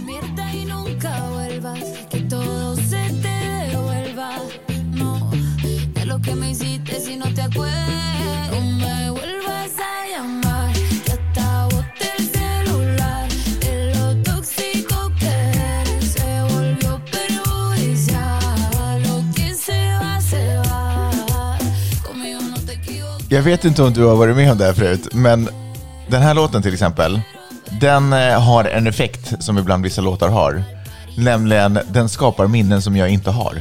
Despierta y nunca vuelvas, que todo se te devuelva. No, de lo que me hiciste si no te acuerdas. No me vuelvas a llamar, que hasta boté el celular. De lo tóxico que eres, se volvió perjudicial. Lo que se va, conmigo no te equivocas. Jag vet inte om du har varit med om det här förut, men den här låten till exempel, den har en effekt som ibland vissa låtar har. Nämligen, den skapar minnen som jag inte har.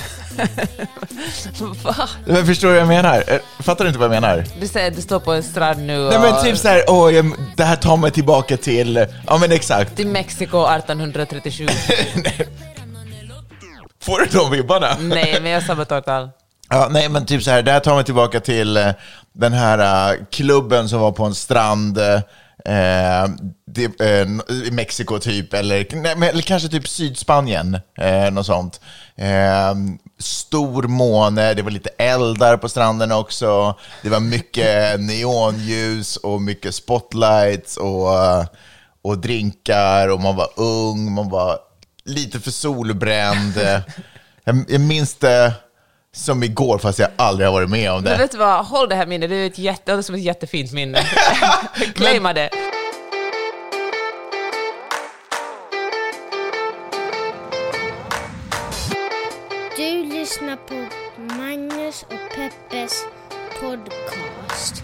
Va? Men förstår du vad jag menar? Fattar du inte vad jag menar? Du säger att du står på en strand nu och... Nej men typ så här, det här tar mig tillbaka till... Ja men exakt. Till Mexiko 1837. Får du de vibbarna? Nej, men jag har samma tårtal. Ja, nej men typ så här, det här tar mig tillbaka till den här klubben som var på en strand i Mexiko typ, eller kanske typ Sydspanien, något sånt. Stor måne, det var lite eldar på stranden också. Det var mycket neonljus och mycket spotlights och drinkar, och man var ung, man var lite för solbränd. Jag minns det som igår, fast jag aldrig har varit med om det. Men vet du vad, håll det här minnet, det är som ett jättefint minne. Claima det. Du lyssnar på Magnus och Peppes podcast.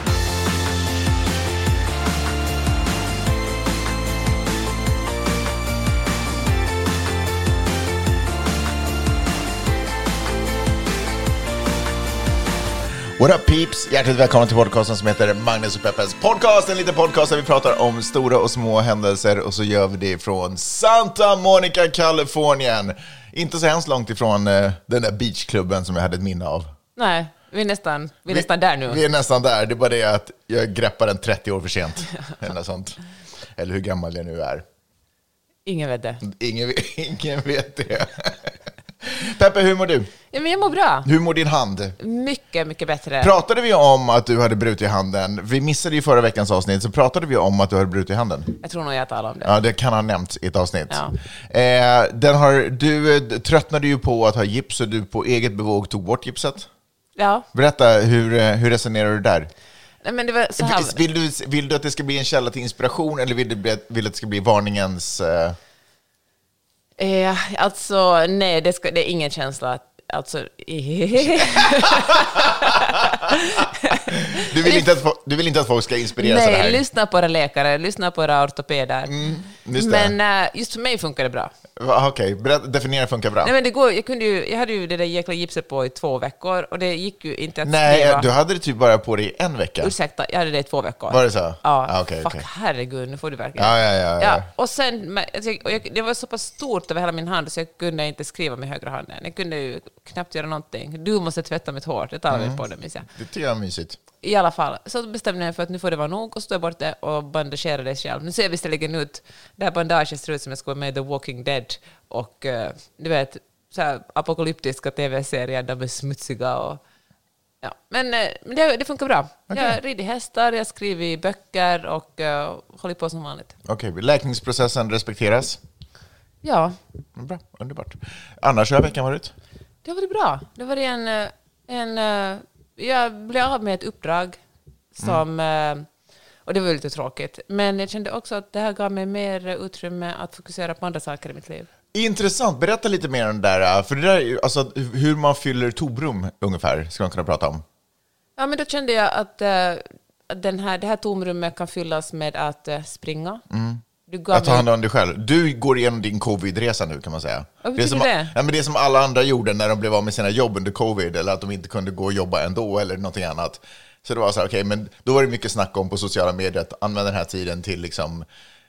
What up peeps? Hjärtligt välkomna till podcasten som heter Magnus och Peppes podcast. En liten podcast där vi pratar om stora och små händelser, och så gör vi det från Santa Monica, Kalifornien. Inte så hemskt långt ifrån den där beachklubben som jag hade ett minne av. Nej, vi är nästan där nu. Vi är nästan där, det är bara det att jag greppar den 30 år för sent. Eller sånt. Eller hur gammal jag nu är. Ingen vet det. Ingen vet det. Peppe, hur mår du? Ja, men jag mår bra. Hur mår din hand? Mycket, mycket bättre. Pratade vi om att du hade brutit handen? Vi missade ju förra veckans avsnitt, så pratade vi om att du hade brutit handen. Jag tror nog jag talar om det. Ja, det kan ha nämnts i ett avsnitt. Ja. Du tröttnade ju på att ha gips, och du på eget bevåg tog bort gipset. Ja. Berätta, hur resonerar du där? Nej, men det var så här... Vill du att det ska bli en källa till inspiration, eller vill du att det ska bli varningens... Alltså, nej, det är ingen känsla att... Alltså... Du vill inte att folk ska inspireras av det här? Nej, lyssna på era läkare, lyssna på era ortopeder. Men just för mig funkar det bra. Okej, definiera funkar bra. Nej, men det går, jag hade ju det där jäkla gipset på i 2 veckor, och det gick ju inte att skriva. Nej, du hade det typ bara på det i 1 vecka. Ursäkta, jag hade det i 2 veckor. Var det så? Ja, okay, fuck, herregud, nu får du verkligen. Ja. Och sen, det var så pass stort över hela min hand, så jag kunde inte skriva med högra handen. Jag kunde ju knappt göra någonting. Du måste tvätta mitt hår, det tar vi på det, minns jag. Det tycker jag är mysigt. I alla fall, så bestämde jag för att nu får det vara nog, och stod bort det och bandagerade det själv. Nu ser jag visserligen ut, det här bandaget ser ut som jag ska vara med i The Walking Dead, och du vet, så här apokalyptiska tv-serier, de är smutsiga och... Ja. Men det funkar bra. Okay. Jag rider hästar, jag skriver böcker och håller på som vanligt. Okej, läkningsprocessen respekteras? Ja. Bra, underbart. Annars har veckan varit? Det har varit bra. Det var jag blev av med ett uppdrag som... Och det var lite tråkigt. Men jag kände också att det här gav mig mer utrymme att fokusera på andra saker i mitt liv. Intressant. Berätta lite mer om det där. För det där är ju, alltså, hur man fyller tomrum ungefär, ska man kunna prata om. Ja, men då kände jag att det här tomrummet kan fyllas med att springa. Att ta hand om dig själv. Du går igenom din covid-resa nu, kan man säga. Det är som alla andra gjorde när de blev av med sina jobb under covid, eller att de inte kunde gå och jobba ändå, eller någonting annat. Så det var så här, okej, men då var det mycket snack om på sociala medier att använda den här tiden till liksom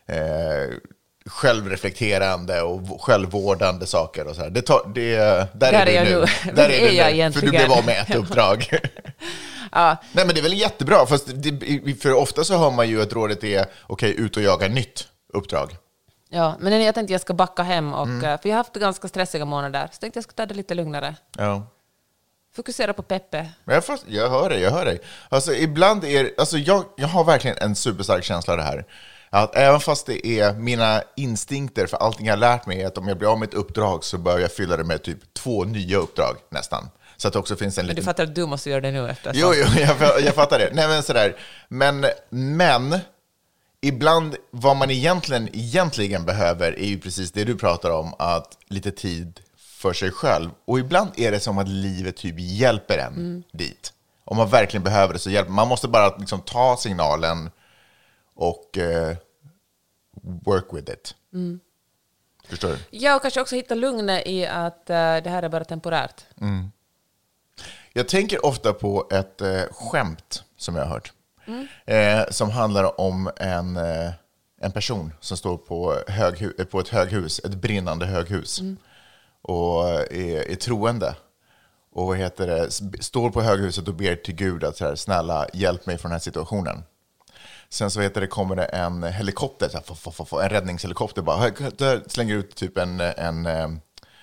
självreflekterande och självvårdande saker och så här. Där är du nu. Där är jag egentligen. För du blev av med ett uppdrag. Ja. Nej, men det är väl jättebra, fast för ofta så hör man ju att rådet är okej, ut och jaga nytt uppdrag. Ja, men jag tänkte jag ska backa hem och för jag har haft ganska stressiga månader, så tänkte jag ska ta det lite lugnare. Ja. Fokusera på Peppe. Jag hör dig. Alltså ibland jag har verkligen en superstark känsla av det här. Att även fast det är mina instinkter för allting jag har lärt mig är att om jag blir av med ett uppdrag så bör jag fylla det med typ 2 nya uppdrag nästan. Så att det också finns en liten... Du fattar att du måste göra det nu efter. Jo, jag fattar det. Nej, men sådär. Men ibland vad man egentligen behöver är ju precis det du pratar om, att lite tid för sig själv. Och ibland är det som att livet typ hjälper en dit. Om man verkligen behöver det så hjälper man. Måste bara liksom ta signalen och work with it. Förstår du? Ja, och kanske också hitta lugnet i att det här är bara temporärt. Jag tänker ofta på ett skämt som jag har hört. Som handlar om en person som står på ett höghus, ett brinnande höghus. Och är troende. Och står på höghuset och ber till Gud att så här, snälla hjälp mig från den här situationen. Sen så kommer det en helikopter, så här, en räddningshelikopter bara slänger ut typ en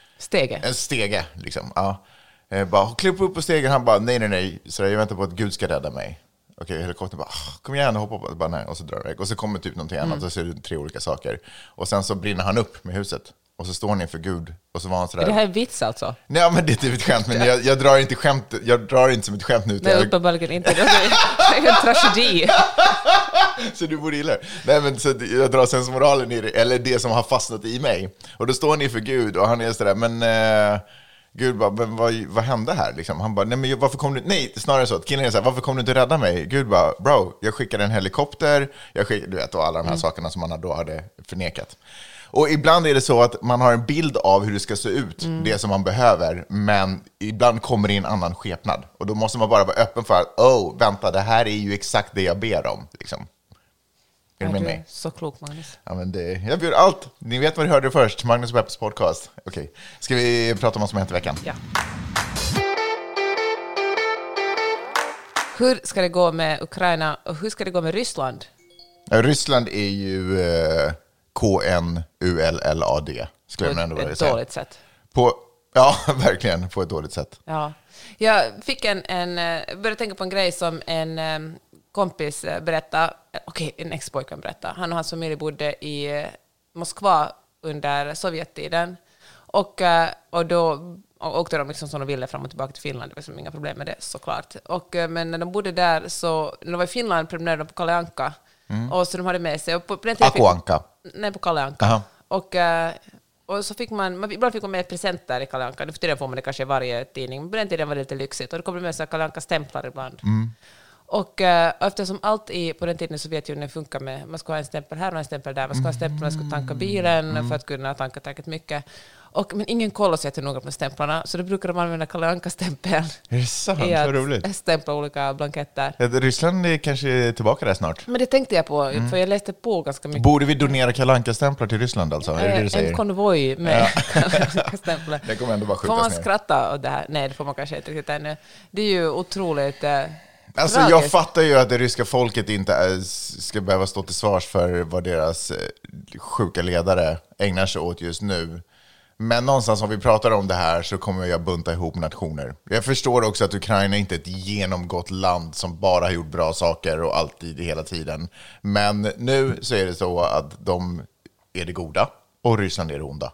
stege liksom. Ja. Bara klipp upp på stegen, han bara nej, så jag väntar på att Gud ska rädda mig. Okej, helikoptern bara kom igen, hoppa på, bara nej, och så drar det. Och så kommer typ någonting annat, så ser det 3 olika saker. Och sen så brinner han upp med huset. Och så står han inför Gud. Och så var han sådär. Är det här en vits alltså? Nej, men det är typ ett skämt. Men jag drar inte skämt. Jag drar inte som ett skämt nu. Nej, uppenbarligen inte. Det är en tragedi. Så du borde gilla det. Nej, men så jag drar sensmoralen i det. Eller det som har fastnat i mig. Och då står han inför Gud. Och han är sådär, men... Gud bara, men vad hände här? Liksom? Han bara, nej men varför kom du... Nej, snarare så att killen är så här, varför kom du inte rädda mig? Gud bara, bro, jag skickade en helikopter. Du vet, och alla de här sakerna som man då hade förnekat. Och ibland är det så att man har en bild av hur det ska se ut, det som man behöver, men ibland kommer det i en annan skepnad. Och då måste man bara vara öppen för att, vänta, det här är ju exakt det jag ber om. Liksom. Är du med mig? Så klok, Magnus. Ja, men jag bjuder allt. Ni vet vad ni hörde först. Magnus och Peppes podcast. Okej. Ska vi prata om vad som har hänt i veckan? Ja. Hur ska det gå med Ukraina och hur ska det gå med Ryssland? Ryssland är ju KNULLAD. Skulle jag ändå ett dåligt sätt. Ja, verkligen. På ett dåligt sätt. Ja. Jag fick började tänka på en grej som en kompis berättade. En ex-pojkvän berättade. Han och hans familj bodde i Moskva under Sovjettiden. Och då åkte de liksom som de ville fram och tillbaka till Finland. Det var liksom inga problem med det, såklart. Men när de bodde där, så när de var i Finland prenumererade de på Kalle Anka. Och så de hade med sig... Aku Anka? Nej, på Kalle Anka. Och så fick ibland fick man med presenter i Kalle Anka. Nu för tiden får man det kanske i varje tidning. Men på den tiden var det lite lyxigt. Och då kom det med sig Kalle Ankas stämplar ibland. Och eftersom allt på den tiden i Sovjetunionen funkar med, man ska ha en stämpel här och en stämpel där, man ska ha en stämpel, man ska tanka bilen för att kunna tanka tillräckligt mycket. Men ingen kollar sig till något med stämplarna, så då brukar de använda Kalle Anka-stämpeln. Är det sant? Vad roligt. Stämpla olika blanketter. Ryssland är kanske tillbaka där snart. Men det tänkte jag på, för jag läste på ganska mycket. Borde vi donera Kalle Anka-stämplar till Ryssland alltså? Är det du säger? En konvoj med Kalle Anka-stämplar. Det kommer ändå bara skjutas ner. ner. Får man skratta åt det här? Nej, det får man kanske inte riktigt ännu. Det är ju otroligt... Alltså jag fattar ju att det ryska folket inte ska behöva stå till svars för vad deras sjuka ledare ägnar sig åt just nu. Men någonstans om vi pratar om det här så kommer jag bunta ihop nationer. Jag förstår också att Ukraina inte är ett genomgått land som bara har gjort bra saker och alltid hela tiden. Men nu så är det så att de är det goda och Ryssland är det onda.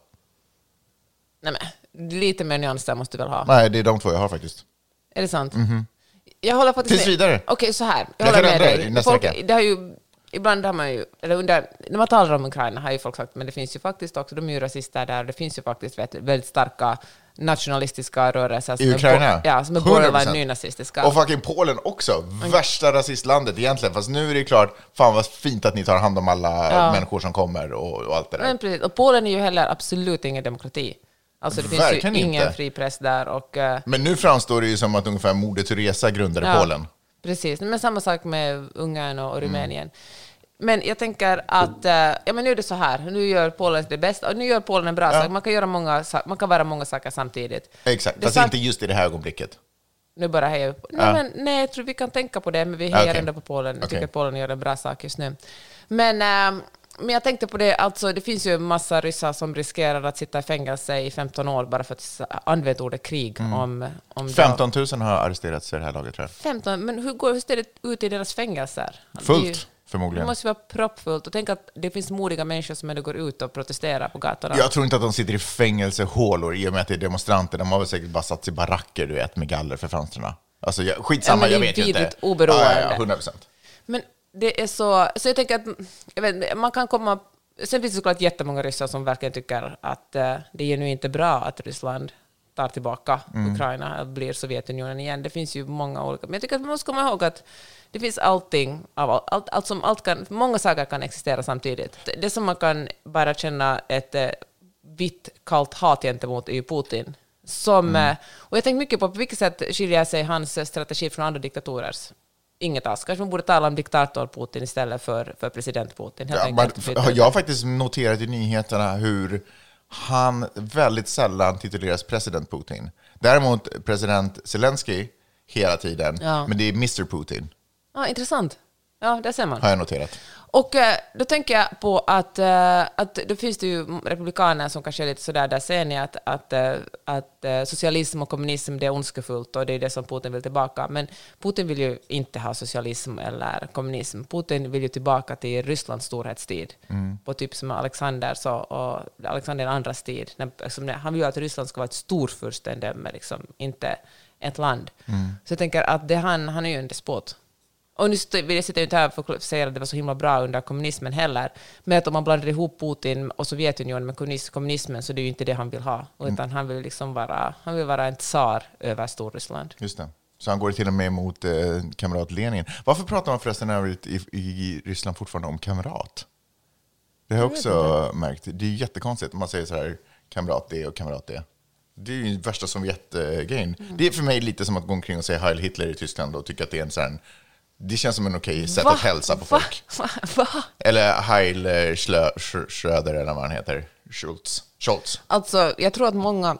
Nej men, lite mer nyans där måste du väl ha. Nej, det är de två jag har faktiskt. Är det sant? Jag håller faktiskt tills vidare. Okej, så här. Jag håller med dig. Det har ju, ibland har man ju, när man talar om Ukraina har ju folk sagt, men det finns ju faktiskt också, de är ju rasister där, det finns ju faktiskt väldigt starka nationalistiska rörelser i Ukraina? Som är borderline nynazistiska. Och fucking Polen också, värsta rasistlandet egentligen, fast nu är det klart, fan vad fint att ni tar hand om alla människor som kommer och allt det där. Men precis, och Polen är ju heller absolut ingen demokrati. Alltså det finns ju ingen fri press där. Men nu framstår det ju som att ungefär Moder Teresa grundade Polen. Precis, men samma sak med Ungern och Rumänien. Men jag tänker att men nu är det så här, nu gör Polen det bästa, och nu gör Polen en bra sak. Man kan vara många saker samtidigt. Exakt, fast inte just i det här ögonblicket. Nu bara hejar vi på. Nej, jag tror vi kan tänka på det, men vi hejar ändå på Polen. Jag tycker att Polen gör en bra sak just nu. Men jag tänkte på det, alltså det finns ju en massa ryssar som riskerar att sitta i fängelse i 15 år bara för att använda ordet krig. Om 15 000 har arresterats i det här laget, tror jag. 15, men hur ser det ut i deras fängelser? Fullt. förmodligen. Det måste vara proppfullt. Och tänk att det finns modiga människor som ändå går ut och protesterar på gatorna. Jag tror inte att de sitter i fängelsehålor i och med att det är demonstranter. De har väl säkert bara satt sig i baracker, du vet, med galler för fönstren. Alltså, skitsamma, jag vet ju inte. Oberoende. Ja, 100%. Men det är så jag tänker att jag vet, man kan komma. Sen finns det såklart jättemånga ryssar som verkligen tycker att det är nu inte bra att Ryssland tar tillbaka Ukraina och blir Sovjetunionen igen. Det finns ju många olika. Men jag tycker att man måste komma ihåg att det finns allting, många saker kan existera samtidigt. Det som man kan bara känna ett vitt, kallt hat gentemot är ju Putin. Och jag tänkte mycket på vilket sätt skiljer sig hans strategi från andra diktatorers. Inget alls. Kanske man borde tala om diktator Putin istället för president Putin. Jag har faktiskt noterat i nyheterna hur han väldigt sällan tituleras president Putin. Däremot president Zelensky hela tiden, men det är Mr. Putin. Ja, intressant. Ja, det ser man. Har jag noterat. Och då tänker jag på att då finns det ju republikaner som kanske är lite sådär, där ser ni att socialism och kommunism, det är ondskefullt och det är det som Putin vill tillbaka. Men Putin vill ju inte ha socialism eller kommunism. Putin vill ju tillbaka till Rysslands storhetstid. På typ som Alexanders och Alexander andras tid. Han vill ju att Ryssland ska vara ett storfurstendöme, liksom, inte ett land. Så jag tänker att han är ju en despot. Och nu vill jag sitta inte här för att säga att det var så himla bra under kommunismen heller. Men att om man blandar ihop Putin och Sovjetunionen med kommunismen så det är ju inte det han vill ha. Utan han vill liksom vara en tsar över Storryssland. Just det. Så han går till och med mot kamrat Lenin. Varför pratar man förresten övrigt i Ryssland fortfarande om kamrat? Det har jag också märkt. Det är jättekonstigt om man säger så här kamrat det och kamrat det. Det är ju värsta Sovjetgrejen. Det är för mig lite som att gå omkring och säga Heil Hitler i Tyskland och tycka att det är en sån här. Det känns som en okej sätt att hälsa på folk. Va? Eller Heil Schröder eller vad han heter. Scholz. Alltså, jag tror att många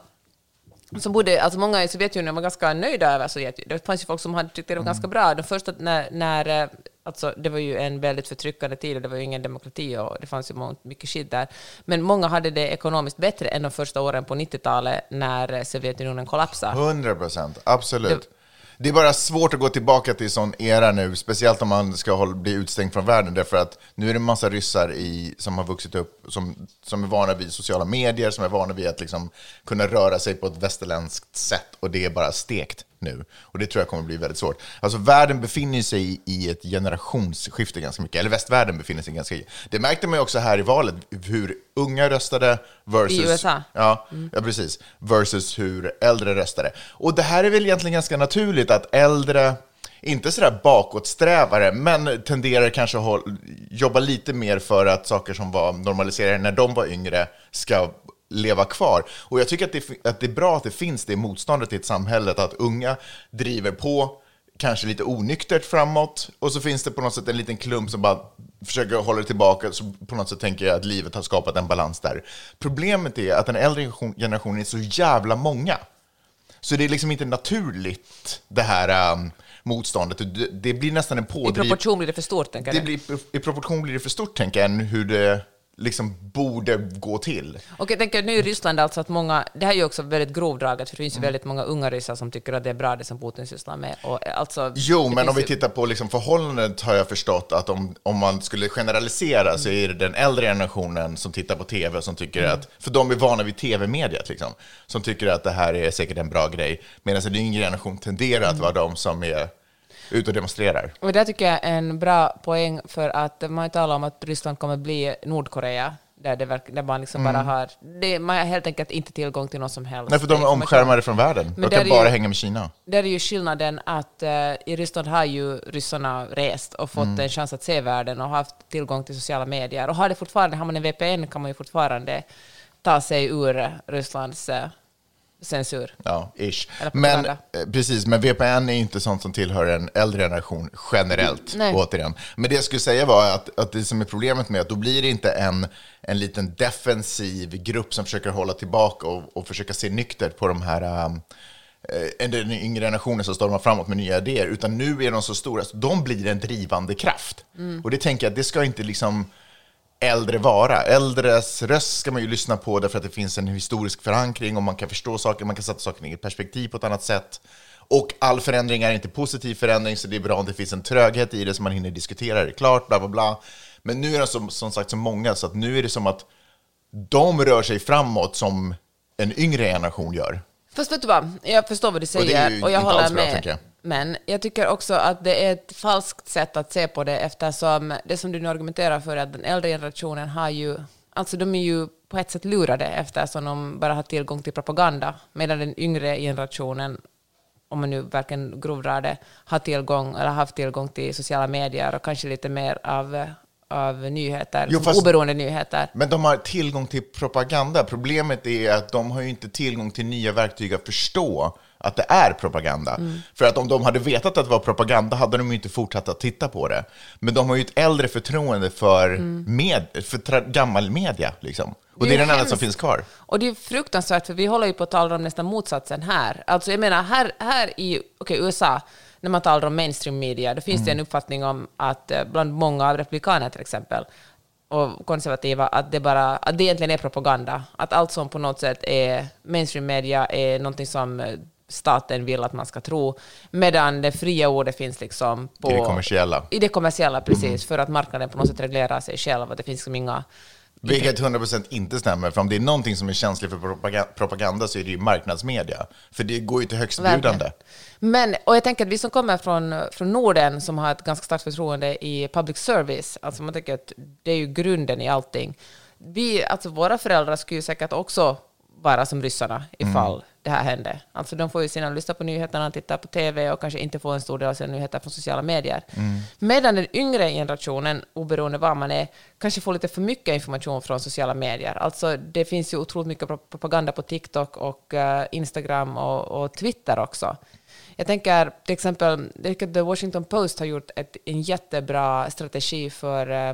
i Sovjetunionen var ganska nöjda över Sovjetunionen. Det fanns ju folk som hade tyckt det var ganska bra. De första när alltså, det var ju en väldigt förtryckande tid och det var ju ingen demokrati och det fanns ju mycket skit där. Men många hade det ekonomiskt bättre än de första åren på 90-talet när Sovjetunionen kollapsade. 100%, absolut. Det är bara svårt att gå tillbaka till sån era nu, speciellt om man ska bli utstängd från världen, därför att nu är det en massa ryssar som har vuxit upp, som är vana vid sociala medier, som är vana vid att liksom kunna röra sig på ett västerländskt sätt, och det är bara stekt nu. Och det tror jag kommer bli väldigt svårt. Alltså världen befinner sig i ett generationsskifte ganska mycket, eller västvärlden befinner sig ganska. Det märkte man ju också här i valet, hur unga röstade versus i USA. Ja, precis, versus hur äldre röstade. Och det här är väl egentligen ganska naturligt att äldre, inte sådär bakåtsträvare, men tenderar kanske att jobba lite mer för att saker som var normaliserade när de var yngre ska leva kvar. Och jag tycker att det är bra att det finns det motståndet i ett samhälle, att unga driver på kanske lite onyktert framåt, och så finns det på något sätt en liten klump som bara försöker hålla det tillbaka, så på något sätt tänker jag att livet har skapat en balans där. Problemet är att den äldre generationen är så jävla många. Så det är liksom inte naturligt, det här motståndet. Det blir nästan en pådriv. I proportion blir det för stort, tänker jag. I proportion blir det för stort, tänker jag, än hur det liksom borde gå till. Och jag tänker nu i Ryssland alltså att många, det här är ju också väldigt grovdraget, för det finns ju väldigt många unga ryssar som tycker att det är bra det som Putin sysslar med. Och alltså, men om vi tittar på liksom förhållandet, har jag förstått att om man skulle generalisera så är det den äldre generationen som tittar på tv som tycker att, för de är vana vid tv-mediet liksom, som tycker att det här är säkert en bra grej, medan den yngre generation tenderar att vara de som är ut och demonstrerar. Och det tycker jag är en bra poäng, för att man talar om att Ryssland kommer bli Nordkorea, där man liksom bara har man har helt enkelt inte tillgång till något som helst. Nej, för de är omskärmade från världen. De kan bara hänga med Kina. Där är ju skillnaden att i Ryssland har ju ryssarna rest och fått en chans att se världen och haft tillgång till sociala medier. Och har man en VPN kan man ju fortfarande ta sig ur Rysslands censur. Ja, ish. Men precis, men VPN är inte sånt som tillhör en äldre generation generellt, återigen. Men det jag skulle säga var att det som är problemet med att då blir det inte en liten defensiv grupp som försöker hålla tillbaka och försöka se nyktert på de här den yngre generationen som stormar framåt med nya idéer, utan nu är de så stora så de blir en drivande kraft. Och det tänker jag, det ska inte liksom äldre vara. Äldres röst ska man ju lyssna på därför att det finns en historisk förankring och man kan förstå saker, man kan sätta saker i ett perspektiv på ett annat sätt. Och all förändring är inte positiv förändring, så det är bra om det finns en tröghet i det så man hinner diskutera det klart, bla bla bla. Men nu är det som sagt så många, så att nu är det som att de rör sig framåt som en yngre generation gör. Fast vet du vad, jag förstår vad du säger och jag håller med. Men jag tycker också att det är ett falskt sätt att se på det, eftersom det som du nu argumenterar för är att den äldre generationen har ju, alltså de är ju på ett sätt lurade eftersom de bara har tillgång till propaganda, medan den yngre generationen, om man nu verkligen grovdrar det, har tillgång eller haft tillgång till sociala medier och kanske lite mer av nyheter, oberoende nyheter. Men de har tillgång till propaganda. Problemet är att de har ju inte tillgång till nya verktyg att förstå att det är propaganda. För att om de hade vetat att det var propaganda hade de ju inte fortsatt att titta på det. Men de har ju ett äldre förtroende för gammal media. Liksom. Och det är den enda som finns kvar. Och det är fruktansvärt, för vi håller ju på att tala om nästan motsatsen här. Alltså jag menar, här i USA, när man talar om mainstream media, då finns det en uppfattning om att bland många av republikaner till exempel och konservativa, att det egentligen är propaganda. Att allt som på något sätt är mainstream media är någonting som staten vill att man ska tro, medan det fria ordet finns liksom på... I det kommersiella. Precis, för att marknaden på något sätt reglerar sig själv, att det finns liksom inga... Vilket 100% inte stämmer, för om det är någonting som är känsligt för propaganda så är det ju marknadsmedia. För det går ju till högstbjudande. Men, och jag tänker att vi som kommer från Norden, som har ett ganska starkt förtroende i public service, alltså man tänker att det är ju grunden i allting. Alltså våra föräldrar skulle ju säkert också vara som ryssarna ifall det här hände. Alltså de får ju sina lyssna på nyheterna, titta på tv och kanske inte få en stor del av sina nyheter från sociala medier. Medan den yngre generationen, oberoende var man är, kanske får lite för mycket information från sociala medier. Alltså det finns ju otroligt mycket propaganda på TikTok och Instagram och Twitter också. Jag tänker till exempel, The Washington Post har gjort en jättebra strategi för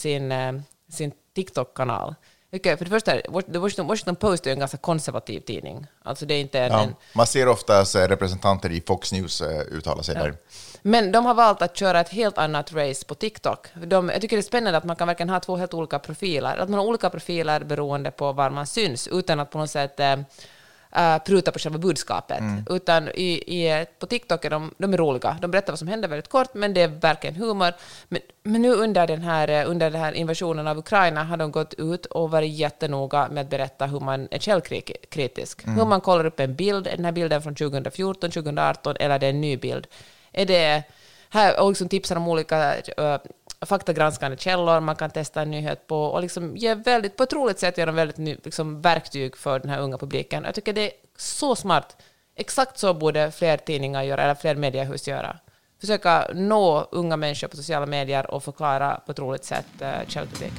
sin TikTok-kanal. Okay, för det första, The Washington Post är en ganska konservativ tidning. Alltså det är inte man ser ofta representanter i Fox News uttala sig där. Men de har valt att köra ett helt annat race på TikTok. Jag tycker det är spännande att man kan verkligen ha två helt olika profiler. Att man har olika profiler beroende på var man syns, utan att på något sätt pruta på själva budskapet. Utan på TikTok är de är roliga. De berättar vad som händer väldigt kort, men det är verkligen humor. Men nu under den här invasionen av Ukraina har de gått ut och varit jättenoga med att berätta hur man är källkritisk. Hur man kollar upp en bild, den här bilden från 2014, 2018, eller det är en ny bild. Är det här, och liksom tipsar om olika faktagranskande källor man kan testa en nyhet på, och liksom på ett roligt sätt ger de väldigt liksom verktyg för den här unga publiken. Jag tycker det är så smart. Exakt så borde fler tidningar göra, eller fler mediehus göra. Försöka nå unga människor på sociala medier och förklara på ett roligt sätt källkritik.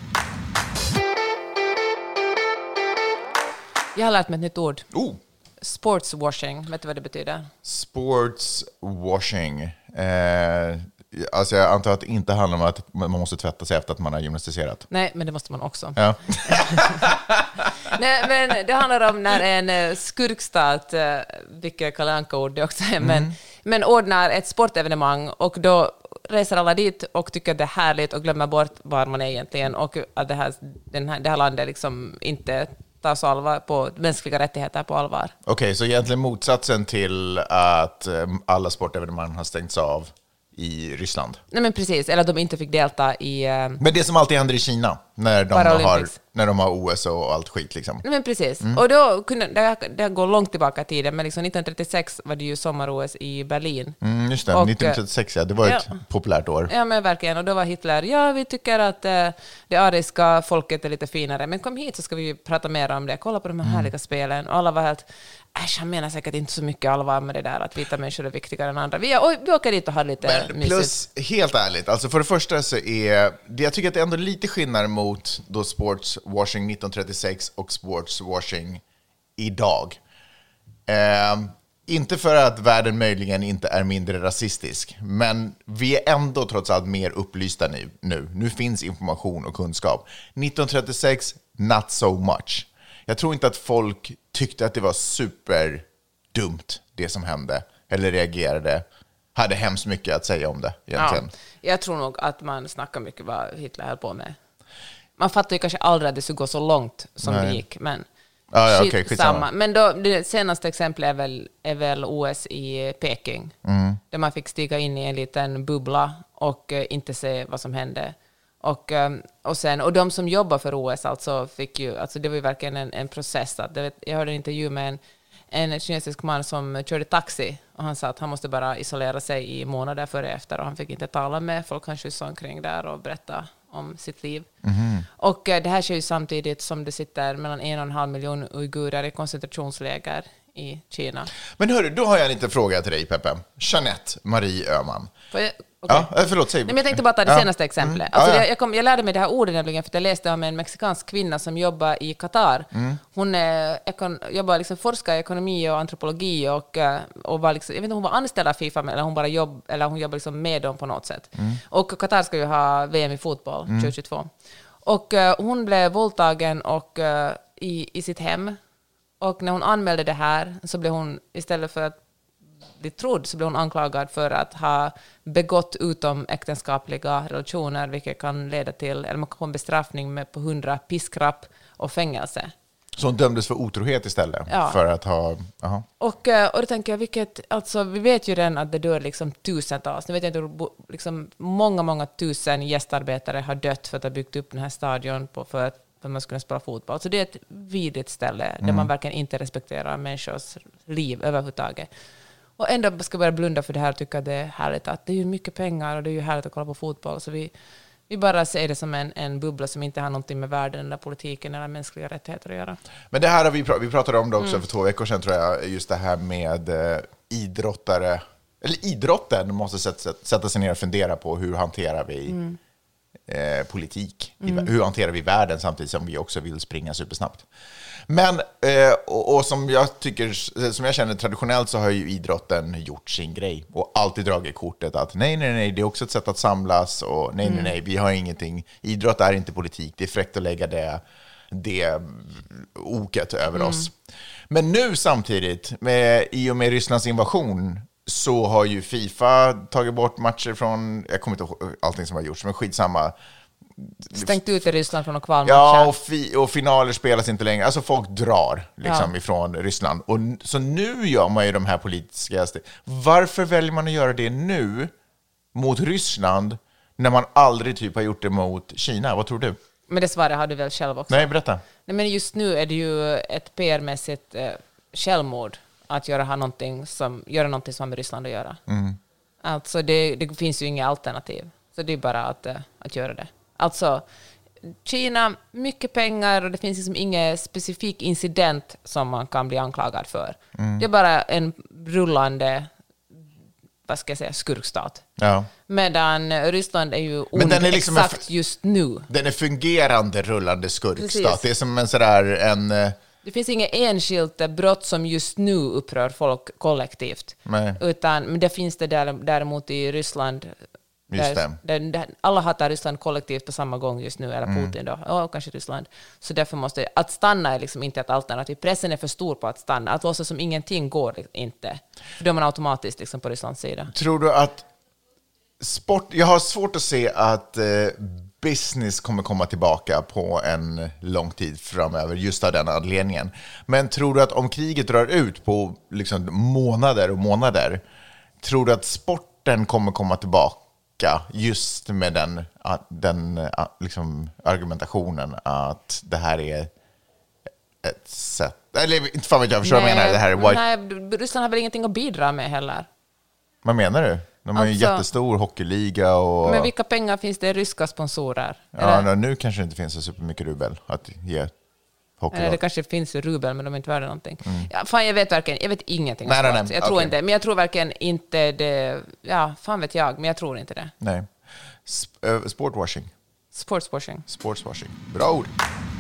Jag har lärt mig ett nytt ord. Sportswashing. Vet du vad det betyder? Sportswashing. Alltså jag antar att det inte handlar om att man måste tvätta sig efter att man har gymnastiserat. Nej, men det måste man också. Ja. Nej, men det handlar om när en skurkstat, vilket Kalle Anka-ord det också är, men ordnar ett sportevenemang, och då reser alla dit och tycker att det är härligt och glömmer bort var man är egentligen, och att det här landet liksom inte tar så allvar på mänskliga rättigheter på allvar. Okej, så egentligen motsatsen till att alla sportevenemang har stängts av i Ryssland. Nej, men precis, eller att de inte fick delta i... Men det som alltid händer i Kina när de har OS och allt skit liksom. Nej, men precis. Och då kunde det går långt tillbaka i tiden, men liksom 1936 var det ju sommar-OS i Berlin. Just det, 1936, det var ett populärt år. Ja, men verkligen. Och då var Hitler, vi tycker att det ariska folket är lite finare, men kom hit så ska vi prata mer om det. Kolla på de här härliga spelen. Och alla var helt... han menar säkert inte så mycket allvar med det där att vita människor är viktigare än andra. Vi åker dit och har lite mysigt. Plus, helt ärligt, alltså för det första så är det, jag tycker att det är ändå lite skillnad mot då sportswashing 1936 och sportswashing idag. Inte för att världen möjligen inte är mindre rasistisk, men vi är ändå trots allt mer upplysta nu. Nu finns information och kunskap. 1936, not so much. Jag tror inte att folk tyckte att det var superdumt det som hände, eller reagerade, hade hemskt mycket att säga om det egentligen. Ja, jag tror nog att man snackar mycket vad Hitler höll på med. Man fattar ju kanske aldrig att det skulle gå så långt som det gick, men Skitsamma. Men då, det senaste exemplet är väl OS i Peking. Där man fick stiga in i en liten bubbla och inte se vad som hände. Och de som jobbar för OS alltså fick ju, alltså det var ju verkligen en process. Jag hörde en intervju med en kinesisk man som körde taxi, och han sa att han måste bara isolera sig i månader före och efter, och han fick inte tala med folk, han skjutsade omkring där och berätta om sitt liv. Och det här sker ju samtidigt som det sitter mellan 1,5 miljon uigurer i koncentrationsläger i Kina. Men hörru, då har jag en liten fråga till dig, Peppe. Jeanette Marie Öhman. Okay. Ja, förlåt, säg. Nej, men jag tänkte bara ta det senaste exemplet. Alltså, jag lärde mig det här ordet nämligen för att jag läste om en mexikansk kvinna som jobbar i Qatar. Hon jobbar liksom forskar i ekonomi och antropologi och var liksom, jag vet inte om hon var anställd av FIFA eller hon bara hon jobbar liksom med dem på något sätt. Och Qatar ska ju ha VM i fotboll 2022. Och hon blev våldtagen i sitt hem. Och när hon anmälde det här så blev hon, istället för att bli trodd, så blev hon anklagad för att ha begått utomäktenskapliga relationer, vilket kan leda till, eller man kan få en bestraffning på 100 piskrapp och fängelse. Så hon dömdes för otrohet istället? Ja. För att ha... Aha. Och då tänker jag, alltså vi vet ju redan att det dör liksom tusentals. Nu vet jag inte, liksom många tusen gästarbetare har dött för att ha byggt upp den här stadion för att man ska kunna spela fotboll. Så det är ett vidrigt ställe där man verkligen inte respekterar människors liv överhuvudtaget. Och ändå ska börja blunda för det här och tycka att det är härligt, att det är ju mycket pengar och det är ju härligt att kolla på fotboll. Så vi bara ser det som en bubbla som inte har någonting med världen eller politiken eller mänskliga rättigheter att göra. Men det här har vi pratade om det också för 2 veckor sedan, tror jag, just det här med idrottare, eller idrotten måste sätta sig ner och fundera på hur hanterar vi politik, hur hanterar vi världen samtidigt som vi också vill springa supersnabbt. Men, och som jag känner traditionellt, så har ju idrotten gjort sin grej och alltid dragit kortet att nej, det är också ett sätt att samlas, och nej, vi har ingenting, idrott är inte politik, det är fräckt att lägga det oket över oss. Men nu samtidigt, i och med Rysslands invasion, så har ju FIFA tagit bort matcher från, jag kommer inte ihåg allting som har gjorts, men skitsamma. Stängt ut i Ryssland från kvalmatcher. Ja, och finaler spelas inte längre. Alltså folk drar liksom ifrån Ryssland. Och så nu gör man ju de här politiska... Varför väljer man att göra det nu mot Ryssland när man aldrig typ har gjort det mot Kina? Vad tror du? Men det svaret har du väl själv också? Nej, berätta. Nej, men just nu är det ju ett PR-mässigt självmord att göra någonting som har med Ryssland att göra. Alltså det finns ju inga alternativ. Så det är bara att göra det. Alltså, Kina, mycket pengar, och det finns liksom ingen specifik incident som man kan bli anklagad för. Det är bara en rullande, skurkstat. Ja. Medan Ryssland är ju liksom exakt just nu. Den är fungerande rullande skurkstat. Precis. Det är som en sådär Det finns inget enskilt brott som just nu upprör folk kollektivt. Nej. Men det finns det däremot i Ryssland. Där alla hatar Ryssland kollektivt på samma gång just nu, eller Putin då, och kanske Ryssland. Så därför måste att stanna är liksom inte ett alternativ. Pressen är för stor på att stanna. Att låtsas som ingenting går inte. För då är man automatiskt liksom på Rysslands sida. Tror du att jag har svårt att se att business kommer komma tillbaka på en lång tid framöver, just av den anledningen. Men tror du att om kriget drar ut på liksom månader och månader, tror du att sporten kommer komma tillbaka just med den liksom argumentationen att det här är ett sätt, eller inte fan vet jag, förstår vad jag menar, det här är nej, Ryssland har väl ingenting att bidra med heller. Vad menar du? De har ju en jättestor hockeyliga och... Men vilka pengar finns det ryska sponsorer? Ja, nu kanske det inte finns så supermycket rubel att ge hockeylag. Eller det kanske finns rubel, men de är inte värda någonting. Ja, fan, jag vet ingenting om sport. Jag tror inte, men jag tror verkligen inte det... Ja, fan vet jag, men jag tror inte det. Nej. Sportswashing. Sportswashing. Bra ord.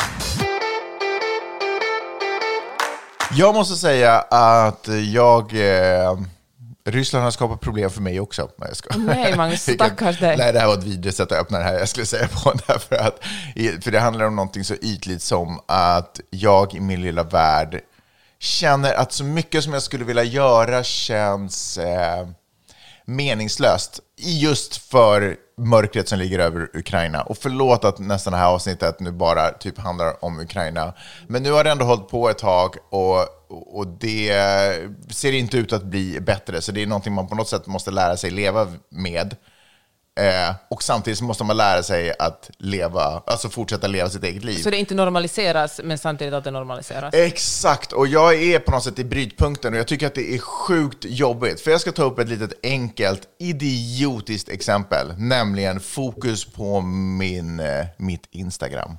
Jag måste säga att Ryssland har skapat problem för mig också. Nej, Magnus, stackars dig. Nej, det här var ett vidrigt sätt att öppna det här. Jag skulle säga på därför för det handlar om någonting så ytligt som att jag i min lilla värld känner att så mycket som jag skulle vilja göra känns meningslöst just för mörkret som ligger över Ukraina. Och förlåt att nästan det här avsnittet nu bara typ handlar om Ukraina. Men nu har det ändå hållit på ett tag och det ser inte ut att bli bättre. Så det är någonting man på något sätt måste lära sig leva med. Och samtidigt så måste man lära sig att leva, alltså fortsätta leva sitt eget liv. Så det inte normaliseras, men samtidigt att det normaliseras. Exakt, och jag är på något sätt i brytpunkten och jag tycker att det är sjukt jobbigt. För jag ska ta upp ett litet enkelt, idiotiskt exempel, nämligen fokus på mitt Instagram.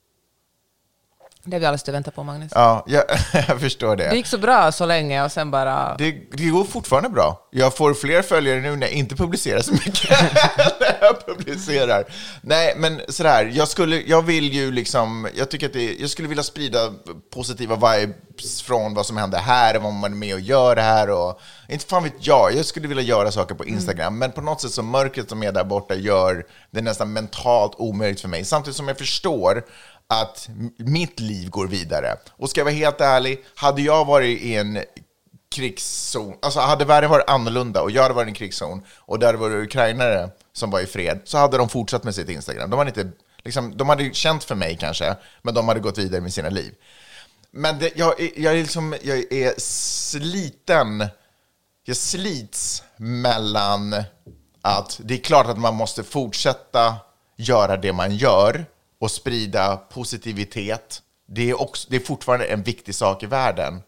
Det har vi alldeles väntat på, Magnus. Ja, jag förstår det. Det gick så bra så länge och sen bara... Det går fortfarande bra. Jag får fler följare nu när jag inte publicerar så mycket. När jag publicerar. Nej, men sådär. Jag vill ju liksom... Jag skulle vilja sprida positiva vibes från vad som händer här, vad man är med och gör här. Och, inte fan vet jag skulle vilja göra saker på Instagram. Men på något sätt så mörkret som är där borta gör det nästan mentalt omöjligt för mig. Samtidigt som jag förstår att mitt liv går vidare. Och ska jag vara helt ärlig, hade jag varit i en krigszon, alltså hade världen varit annorlunda och jag hade varit i en krigszon och där var det ukrainare som var i fred, så hade de fortsatt med sitt Instagram. De hade känt för mig kanske, men de hade gått vidare med sina liv. Men jag är sliten. Jag slits mellan att det är klart att man måste fortsätta göra det man gör och sprida positivitet. Det är fortfarande en viktig sak i världen.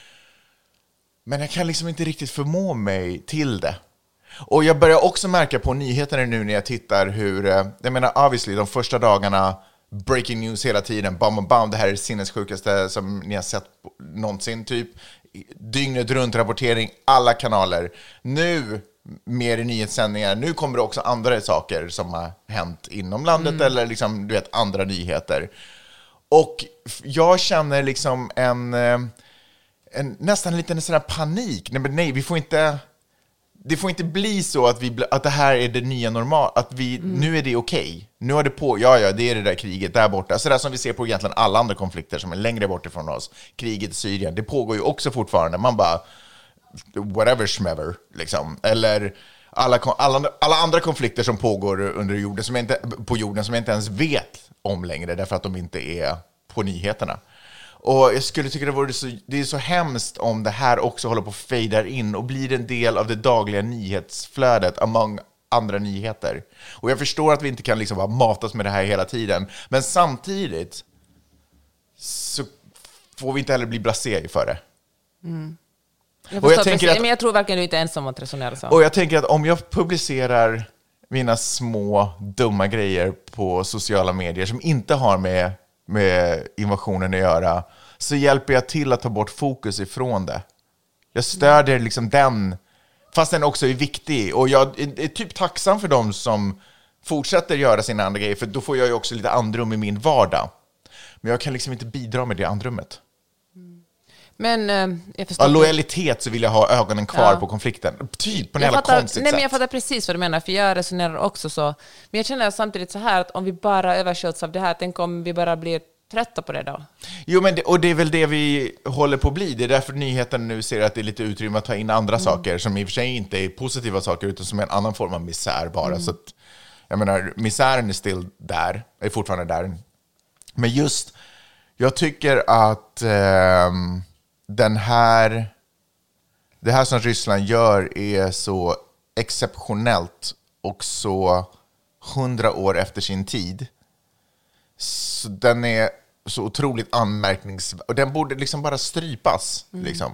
Men jag kan liksom inte riktigt förmå mig till det. Och jag börjar också märka på nyheterna nu när jag tittar hur... Jag menar, obviously, de första dagarna, breaking news hela tiden, bam, det här är det sinnessjukaste som ni har sett någonsin, typ. Dygnet runt rapportering, alla kanaler. Nu... mer i nyhetssändningar. Nu kommer det också andra saker som har hänt inom landet eller liksom, du vet, andra nyheter. Och jag känner liksom en nästan en liten sån här panik. Nej, vi får inte... Det får inte bli så att det här är det nya normal, att nu är det okej. Nu har det på, det är det där kriget där borta. Så där som vi ser på egentligen alla andra konflikter som är längre bort ifrån oss. Kriget i Syrien, det pågår ju också fortfarande. Man bara... whatever schmever, liksom. Eller alla andra konflikter som pågår under jorden på jorden som jag inte ens vet om längre därför att de inte är på nyheterna. Och jag skulle tycka det är så hemskt om det här också håller på att fejdar in och blir en del av det dagliga nyhetsflödet among andra nyheter. Och jag förstår att vi inte kan liksom bara matas med det här hela tiden, men samtidigt så får vi inte heller bli blasé för det. Men jag tror verkligen du inte är ensam att resonera så. Och jag tänker att om jag publicerar mina små dumma grejer på sociala medier som inte har med invasionen att göra, så hjälper jag till att ta bort fokus ifrån det. Jag stödjer liksom den, fast den också är viktig. Och jag är typ tacksam för dem som fortsätter göra sina andra grejer, för då får jag ju också lite andrum i min vardag. Men jag kan liksom inte bidra med det andrummet. Men jag förstår. Av lojalitet så vill jag ha ögonen kvar på konflikten. Typ på en jävla konstigt sätt. Nej, men jag fattar precis vad du menar, för jag resonerar också så. Men jag känner samtidigt så här att om vi bara översköts av det här, tänk om vi bara blir trötta på det då. Jo, men det är väl det vi håller på att bli. Det är därför nyheten nu ser att det är lite utrymme att ta in andra saker som i och för sig inte är positiva saker utan som är en annan form av misär bara. Så att, jag menar, misären är still där, är fortfarande där. Men just, jag tycker att det här som Ryssland gör är så exceptionellt och så 100 år efter sin tid. Så den är så otroligt anmärkningsvärd. Och den borde liksom bara strypas. Liksom.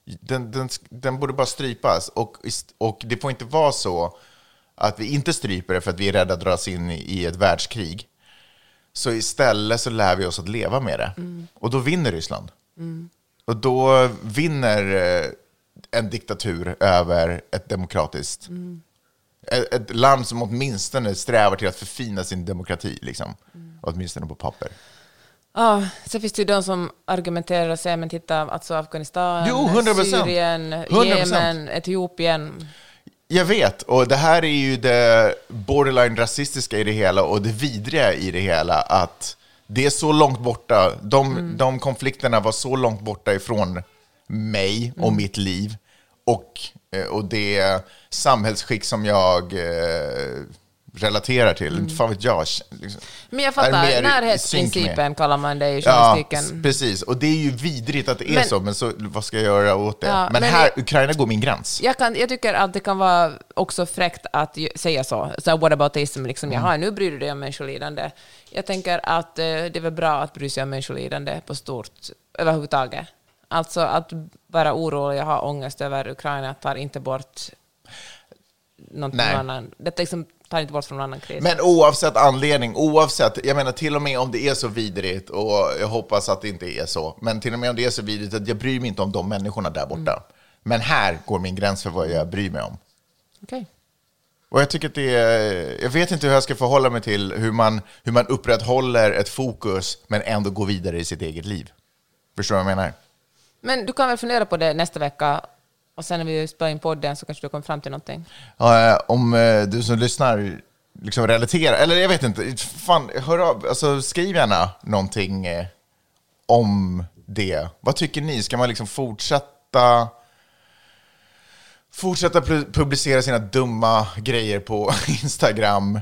Den borde bara strypas. Och det får inte vara så att vi inte stryper det för att vi är rädda att dras in i ett världskrig. Så istället så lär vi oss att leva med det. Och då vinner Ryssland. Och då vinner en diktatur över ett demokratiskt... Ett land som åtminstone strävar till att förfina sin demokrati, liksom. Åtminstone på papper. Ja, så finns det ju de som argumenterar och säger, men titta, alltså Afghanistan, 100%. Syrien, 100%. Jemen, Etiopien. Jag vet, och det här är ju det borderline rasistiska i det hela och det vidriga i det hela, att det är så långt borta. De konflikterna var så långt borta ifrån mig och mitt liv. och det samhällsskick som jag relaterar till. Fan vet jag. Liksom, men jag fattar, närhetsprincipen kallar man det i journalistiken. Ja, precis. Och det är ju vidrigt att det är så, men så, vad ska jag göra åt det? Ja, men här, Ukraina går min gräns. Jag tycker att det kan vara också fräckt att säga så. Så what aboutism, liksom, jaha, nu bryr du dig om människolidande. Jag tänker att det är väl bra att bry sig om människolidande på stort, överhuvudtaget. Alltså att vara orolig och ha ångest över Ukraina tar inte bort någonting annan. Det liksom tar inte bort från någon annan kris. Men oavsett anledning, jag menar till och med om det är så vidrigt, och jag hoppas att det inte är så, men till och med om det är så vidrigt att jag bryr mig inte om de människorna där borta. Men här går min gräns för vad jag bryr mig om. Okej. Och jag tycker att jag vet inte hur jag ska förhålla mig till hur man upprätthåller ett fokus men ändå går vidare i sitt eget liv. Förstår du vad jag menar? Men du kan väl fundera på det nästa vecka, och sen när vi spelar in podden så kanske du kommer fram till någonting. Om du som lyssnar liksom relaterar, eller jag vet inte, fan, hör av, alltså skriv gärna någonting om det. Vad tycker ni? Ska man liksom fortsätta publicera sina dumma grejer på Instagram?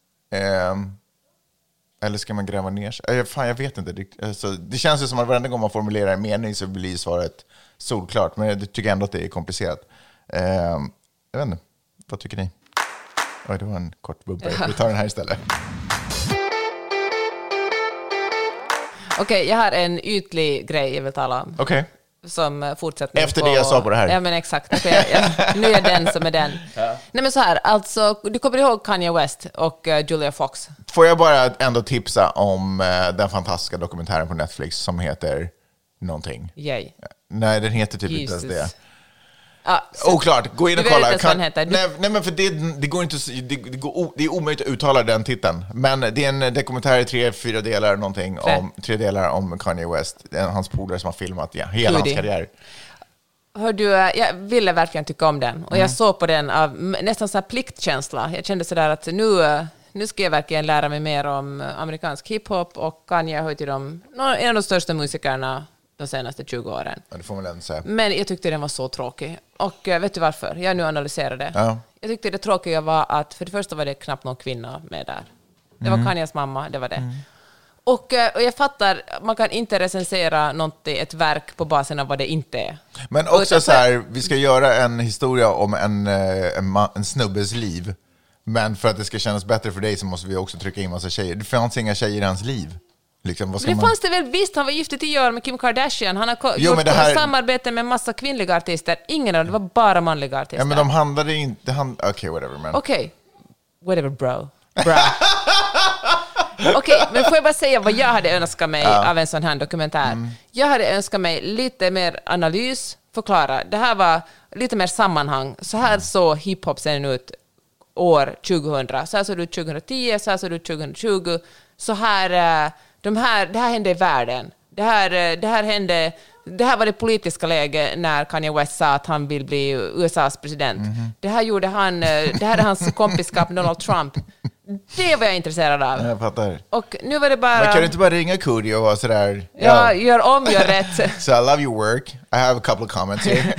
Eller ska man gräva ner sig? Fan, jag vet inte. Det känns ju som att varenda gång man formulerar en mening så blir svaret solklart. Men jag tycker ändå att det är komplicerat. Jag vet inte. Vad tycker ni? Oj, det var en kort bumper. Vi tar den här istället. Okej, jag har en ytlig grej jag vill tala om. Okej. Som fortsätter efter det jag sa på det här. Ja, men exakt. Nu är jag den som är den. Ja. Nej, men så här, alltså, du kommer ihåg Kanye West och Julia Fox? Får jag bara ändå tipsa om den fantastiska dokumentären på Netflix som heter någonting? Yay. Nej, den heter typ inte ens det. Ja, oklart, gå in och kolla. Nej, men för det går inte, det är omöjligt att uttala den titeln. Men det är en dokumentär i 3-4 delar någonting om 3 delar om Kanye West. Det är hans polare som har filmat hela hans karriär. Hör du, jag ville verkligen tycka om den. Och jag såg på den av nästan så här pliktkänsla. Jag kände sådär att nu ska jag verkligen lära mig mer om amerikansk hiphop, och Kanye hör till en av de största musikerna de senaste 20 åren. Ja, det får man ändå säga. Men jag tyckte den var så tråkig. Och vet du varför? Jag nu analyserade. Ja. Jag tyckte det tråkiga var att för det första var det knappt någon kvinna med där. Det var Kanyes mamma, det var det. Och jag fattar, man kan inte recensera ett verk på basen av vad det inte är. Men också så här, vi ska göra en historia om en snubbes liv. Men för att det ska kännas bättre för dig så måste vi också trycka in massa tjejer. Det fanns inga tjejer i hans liv. Liksom, det fanns det väl visst, han var gift i 10 år med Kim Kardashian. Han har gjort samarbete med massa kvinnliga artister. Ingen av dem, det var bara manliga artister. Ja, men de handlade inte... Okej, whatever, man. Okej, whatever, bro. Okej, men får jag bara säga vad jag hade önskat mig av en sån här dokumentär. Jag hade önskat mig lite mer analys, förklara. Det här var lite mer sammanhang. Så här såg hiphop-scenen ut år 2000. Så här såg det ut 2010, så här såg det ut 2020. Så här, det här hände i världen. Det här var det politiska läget när Kanye West sa att han vill bli USAs president. Det här gjorde han, det här är hans kompiskap med Donald Trump. Det var jag intresserad av. Jag fattar. Och nu var det bara... Men kan du inte bara ringa Cody och vara sådär... Ja, gör rätt. So I love your work. I have a couple of comments here.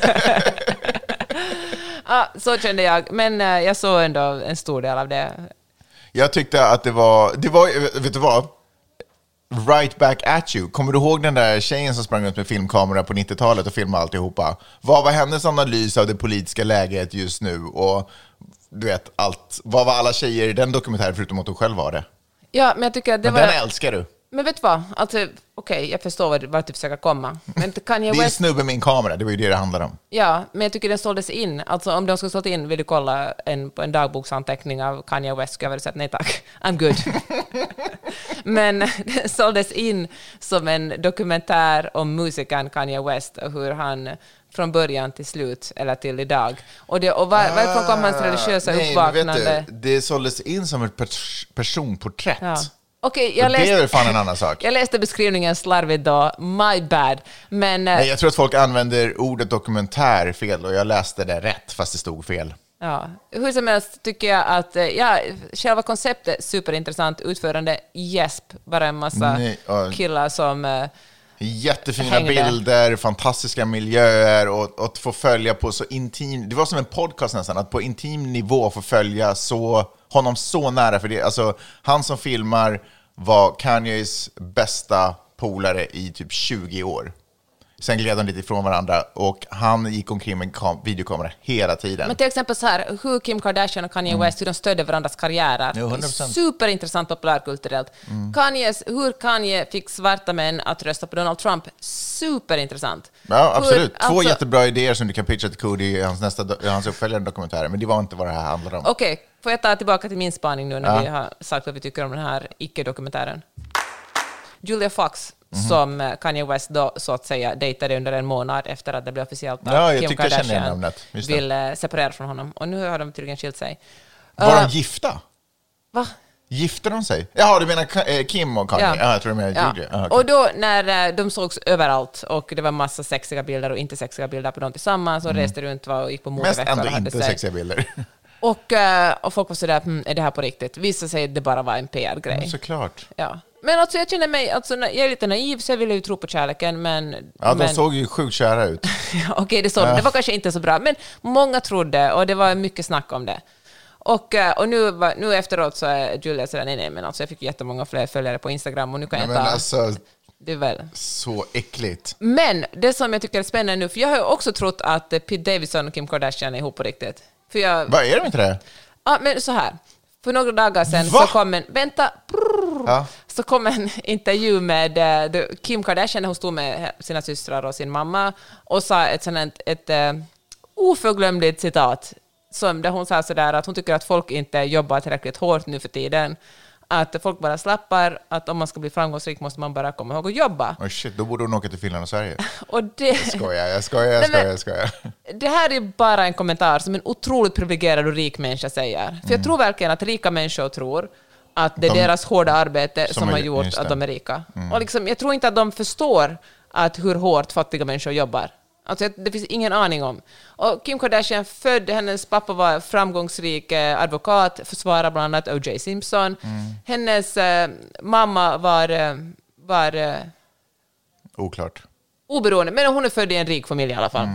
Ja, så kände jag. Men jag såg ändå en stor del av det. Jag tyckte att det var, vet du vad? Right back at you. Kommer du ihåg den där tjejen som sprang ut med filmkamera på 90-talet och filmade alltihopa? Vad var hennes analys av det politiska läget just nu? Och du vet, vad var alla tjejer i den dokumentären förutom att hon själv var det? Ja, men jag tycker att det var... den älskar du. Men vet du vad? Alltså, okej, jag förstår vart du försöker komma. Men Kanye West... Det är snubben med en kamera, det var ju det handlar om. Ja, men jag tycker den såldes in. Alltså om de skulle sålt in, vill du kolla en dagboksanteckning av Kanye West, ska jag väl säga nej tack, I'm good. Men den såldes in som en dokumentär om musikern Kanye West och hur han från början till slut, eller till idag. Och varifrån kom hans religiösa uppvaknande? Det såldes in som ett personporträtt. Ja. Okej, det är väl fan en annan sak. Jag läste beskrivningen slarvigt då, my bad. Men, nej, jag tror att folk använder ordet dokumentär fel och jag läste det rätt fast det stod fel. Ja, hur som helst tycker jag att själva konceptet superintressant, utförande gäsp, bara en massa killar som Jättefina bilder, fantastiska miljöer och att få följa på så intim. Det var som en podcast nästan, att på intim nivå få följa honom så nära. För det, alltså, han som filmar var Kanyes bästa polare i typ 20 år. Sen gled de lite ifrån varandra och han gick omkring med en videokamera hela tiden. Men till exempel så här, hur Kim Kardashian och Kanye West, hur de stödde varandras karriärer. Jo, 100%. Superintressant populärkulturellt. Hur Kanye fick svarta män att rösta på Donald Trump. Superintressant. Ja, absolut. Två jättebra idéer som du kan pitcha till Cody i hans uppföljande dokumentärer. Men det var inte vad det här handlade om. Okej, får jag ta tillbaka till min spaning nu när vi har sagt vad vi tycker om den här icke-dokumentären. Julia Fox, som Kanye West då så att säga dejtade under en månad efter att det blev officiellt att Kim Kardashian ville separera från honom. Och nu har de tydligen skilt sig. Var de gifta? Va? Gifte de sig? Jaha, du menar Kim och Kanye? Ja, jag tror de menar Julia. Okay. Och då när de sågs överallt och det var massa sexiga bilder och inte sexiga bilder på dem tillsammans och reste runt och gick på modeveckor. Mest ändå inte sexiga bilder. Och folk var sådär, är det här på riktigt? Vissa säger att det bara var en PR-grej. Såklart. Ja. Men alltså jag känner mig, alltså, jag är lite naiv så jag vill ju tro på kärleken, men... Ja, de såg ju sjukt kära ut. Okej, det var kanske inte så bra, men många trodde och det var mycket snack om det. Och nu efteråt så är Julia sådär, nej, men alltså jag fick jättemånga fler följare på Instagram och nu kan jag ta... Alltså, det är väl... Så äckligt. Men det som jag tycker är spännande nu, för jag har ju också trott att Pete Davidson och Kim Kardashian är ihop på riktigt. Vad är de inte det? Ja, men så här. För några dagar sedan så kom en intervju med Kim Kardashian när hon stod med sina systrar och sin mamma och sa ett oförglömligt citat där hon sa sådär att hon tycker att folk inte jobbar tillräckligt hårt nu för tiden. Att folk bara slappar, att om man ska bli framgångsrik måste man bara komma ihåg att jobba. Oh shit, då borde hon åka till Finland och Sverige. Och Jag skojar. Det här är bara en kommentar som en otroligt privilegierad och rik människa säger. För jag tror verkligen att rika människor tror att det är deras hårda arbete som har gjort att de är rika. Och liksom, jag tror inte att de förstår hur hårt fattiga människor jobbar. Alltså, det finns ingen aning om. Och Kim Kardashian hennes pappa var framgångsrik advokat, försvarade bland annat O.J. Simpson. Hennes mamma var oklart. Oberoende, men hon är född i en rik familj i alla fall.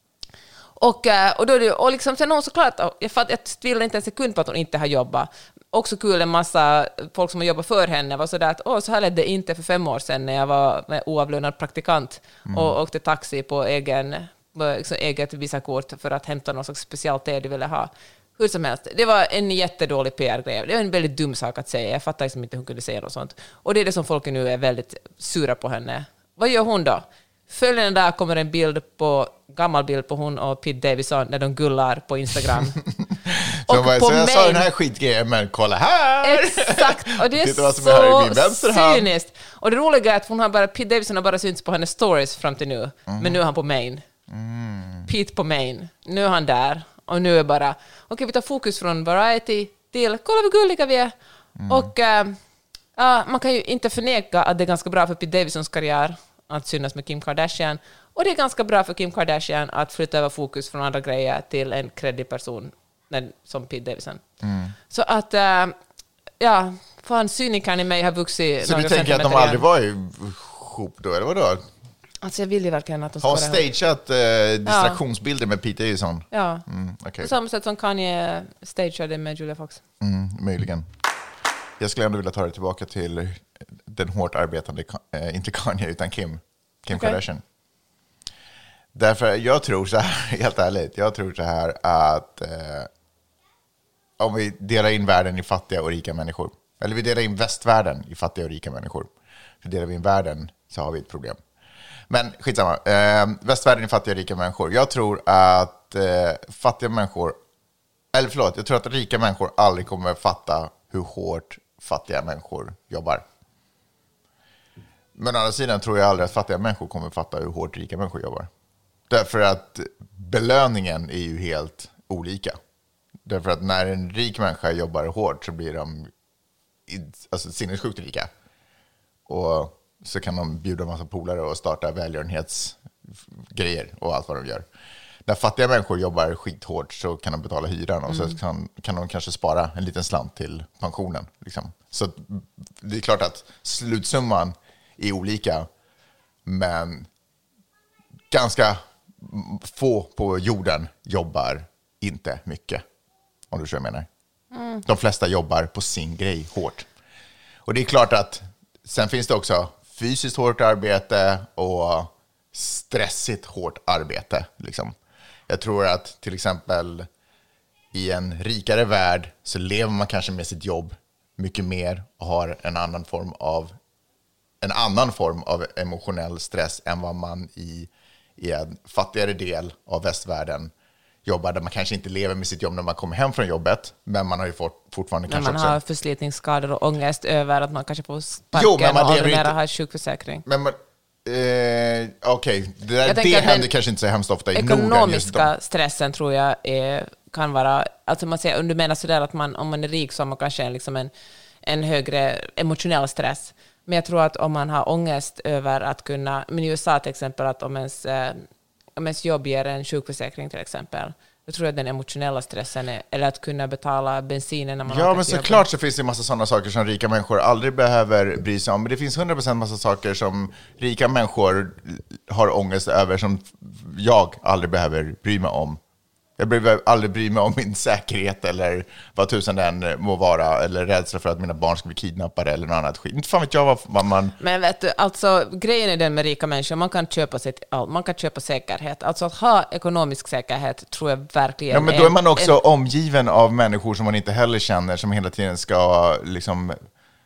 Och liksom sen hon såklart, jag tvivlar inte en sekund på att hon inte har jobbat. Också kul, en massa folk som har jobbat för henne var sådär att så här lät det inte för 5 år sedan när jag var med oavlönad praktikant och åkte taxi på eget visakort för att hämta någon slags speciellt det du ville ha. Hur som helst, det var en jättedålig PR-grej. Det var en väldigt dum sak att säga. Jag fattar liksom inte hur hon kunde säga något sånt. Och det är det som folk nu är väldigt sura på henne. Vad gör hon då? Följande dag kommer en gammal bild på hon och Pete Davidson när de gullar på Instagram. Så jag sa den här skitgrejen, men kolla här! Exakt, och det är så cyniskt. Och det roliga är att Pete Davidson har bara synts på hennes stories fram till nu. Men nu är han på main. Pete på main. Nu är han där. Och nu är bara, okej, vi tar fokus från variety till, kolla vad gulliga vi är. Och man kan ju inte förneka att det är ganska bra för Pete Davidsons karriär att synas med Kim Kardashian. Och det är ganska bra för Kim Kardashian att flytta över fokus från andra grejer till en kreddig person som Pete Davidson. Så att, fan, cynikern i mig har vuxit. Så du tänker att de aldrig var ihop då, eller vadå? Alltså jag vill ju verkligen att de ska ha stageat distraktionsbilder med Pete Davidson. Ja, okay. På samma sätt som Kanye stageade med Julia Fox. Möjligen. Jag skulle ändå vilja ta det tillbaka till den hårt arbetande, inte Kanye utan Kim Kardashian. Därför jag tror så här, helt ärligt, att om vi delar in världen i fattiga och rika människor, eller vi delar in västvärlden i fattiga och rika människor, så delar vi in världen så har vi ett problem. Men skitsamma, västvärlden i fattiga och rika människor. Jag tror att jag tror att rika människor aldrig kommer fatta hur hårt fattiga människor jobbar. Men å andra sidan tror jag aldrig att fattiga människor kommer fatta hur hårt rika människor jobbar. Därför att belöningen är ju helt olika. Därför att när en rik människa jobbar hårt så blir de sinnessjukt rika. Och så kan de bjuda en massa polare och starta välgörenhetsgrejer och allt vad de gör. När fattiga människor jobbar skithårt så kan de betala hyran och så kan de kanske spara en liten slant till pensionen. Liksom. Så det är klart att slutsumman är olika. men ganska få på jorden jobbar inte mycket, om du förstår vad jag menar. De flesta jobbar på sin grej hårt. Och det är klart att sen finns det också fysiskt hårt arbete och stressigt hårt arbete. Liksom. Jag tror att till exempel i en rikare värld så lever man kanske med sitt jobb mycket mer och har en annan form av emotionell stress än vad man i en fattigare del av västvärlden jobbar, där man kanske inte lever med sitt jobb när man kommer hem från jobbet, men man har ju fortfarande kanske man också... har förslitningsskador och ångest över att man kanske får sparken och aldrig mer har sjukförsäkring. Men okej, det händer kanske inte så hemskt ofta i Norden. Ekonomiska stressen tror jag kan vara, alltså man säger, du menar sådär att om man är rik så har man kanske liksom en högre emotionell stress. Men jag tror att om man har ångest över att kunna, men i USA till exempel, att om ens jobb ger en sjukförsäkring till exempel, då tror jag den emotionella stressen är, eller att kunna betala bensinen när man ja, men såklart så finns det en massa sådana saker som rika människor aldrig behöver bry sig om. Men det finns 100% massa saker som rika människor har ångest över som jag aldrig behöver bry mig om. Jag behöver aldrig bry mig om min säkerhet eller vad tusen den må vara, eller rädsla för att mina barn ska bli kidnappade eller något annat skit. Inte fan vet jag vad man... Men vet du, alltså grejen är den med rika människor, man kan köpa säkerhet. Alltså att ha ekonomisk säkerhet tror jag verkligen. Ja, men då är man också omgiven av människor som man inte heller känner, som hela tiden ska liksom...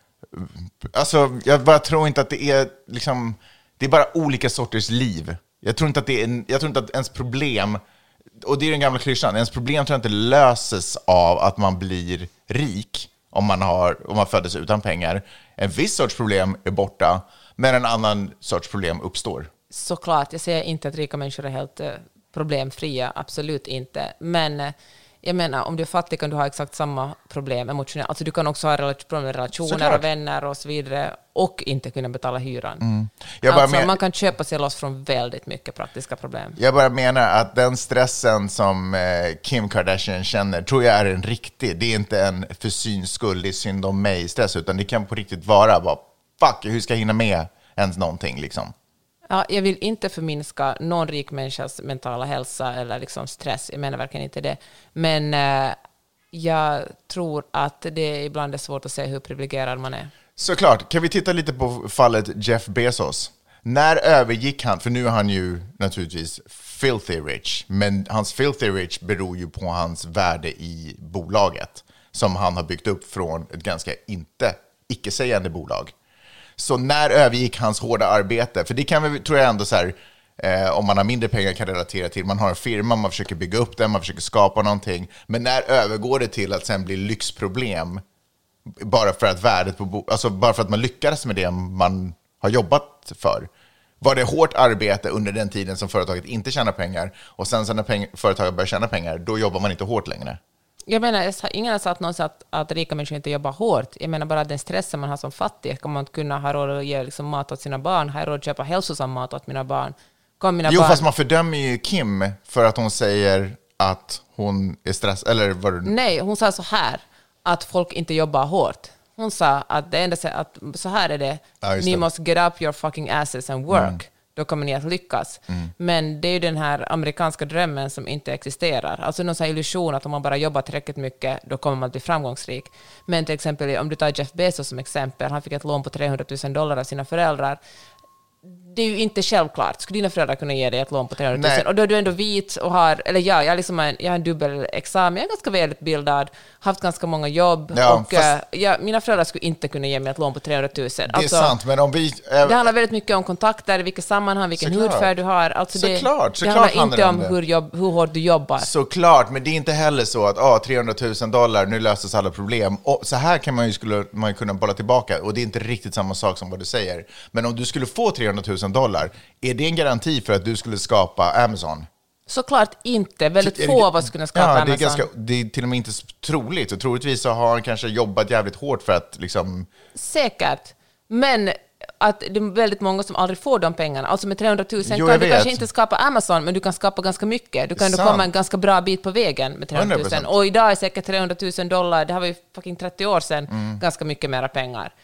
Alltså, jag bara tror inte att det är liksom... Det är bara olika sorters liv. Jag tror inte att ens problem... Och det är den gamla klyschan. Ens problem tror jag inte löses av att man blir rik om man föddes utan pengar. En viss sorts problem är borta, men en annan sorts problem uppstår. Såklart, jag säger inte att rika människor är helt problemfria, absolut inte. Men jag menar, om du är fattig kan du ha exakt samma problem emotionellt. Alltså du kan också ha problem med relationer och vänner och så vidare och inte kunna betala hyran. Man kan köpa sig loss från väldigt mycket praktiska problem. Jag bara menar att den stressen som Kim Kardashian känner tror jag är en riktig. Det är inte en för syns skull, det är synd om mig stress, utan det kan på riktigt vara bara, fuck, hur ska jag hinna med ens någonting liksom? Ja, jag vill inte förminska någon rik människas mentala hälsa eller liksom stress. Jag menar verkligen inte det. Men jag tror att det ibland är svårt att se hur privilegierad man är. Såklart. Kan vi titta lite på fallet Jeff Bezos? När övergick han, för nu är han ju naturligtvis filthy rich, men hans filthy rich beror ju på hans värde i bolaget som han har byggt upp från ett ganska icke-sägande bolag. Så när övergick hans hårda arbete? För det kan vi, tror jag ändå så här, om man har mindre pengar kan relatera till. Man har en firma, man försöker bygga upp den, man försöker skapa någonting. Men när övergår det till att sen bli lyxproblem bara för att värdet på bara för att man lyckades med det man har jobbat för? Var det hårt arbete under den tiden som företaget inte tjänar pengar, och sen när företaget börjar tjäna pengar, då jobbar man inte hårt längre? Jag menar, ingen har sagt någonsin att rika människor inte jobbar hårt. Jag menar bara den stressen man har som fattig. Kan man kunna ha råd att ge liksom mat åt sina barn? Har jag råd att köpa hälsosam mat åt mina barn? Fast man fördömer ju Kim för att hon säger att hon är stressad. Eller vad det... Nej, hon sa så här, att folk inte jobbar hårt. Hon sa att det enda att så här är det. Ni måste get up your fucking asses and work. Då kommer ni att lyckas. Men det är ju den här amerikanska drömmen som inte existerar. Alltså någon sån här illusion att om man bara jobbar tillräckligt mycket, då kommer man bli framgångsrik. Men till exempel, om du tar Jeff Bezos som exempel, han fick ett lån på $300,000 av sina föräldrar. Det är ju inte självklart. Skulle dina föräldrar kunna ge dig ett lån på 300 000? Och då är du ändå vit och har... Eller jag har en dubbel examen. Jag är ganska välutbildad. Haft ganska många jobb. Ja, och mina föräldrar skulle inte kunna ge mig ett lån på 300 000. Det är sant, men om vi... Det handlar väldigt mycket om kontakter, vilka sammanhang, vilken hudfärg du har. Alltså det handlar inte om hur hårt du jobbar. Såklart, men det är inte heller så att $300,000, nu löses alla problem. Och så här kan skulle man kunna bolla tillbaka. Och det är inte riktigt samma sak som vad du säger. Men om du skulle få $300,000, är det en garanti för att du skulle skapa Amazon? Såklart inte. Väldigt få av oss skulle skapa Amazon. Det är till och med inte troligt. Och troligtvis så har han kanske jobbat jävligt hårt för att liksom... Säkert. Men att det är väldigt många som aldrig får de pengarna. Alltså med 300 000 kan du kanske inte skapa Amazon, men du kan skapa ganska mycket. Du kan komma en ganska bra bit på vägen med 300 000. 100%. Och idag är säkert $300,000, det har vi fucking 30 år sedan, ganska mycket mera pengar.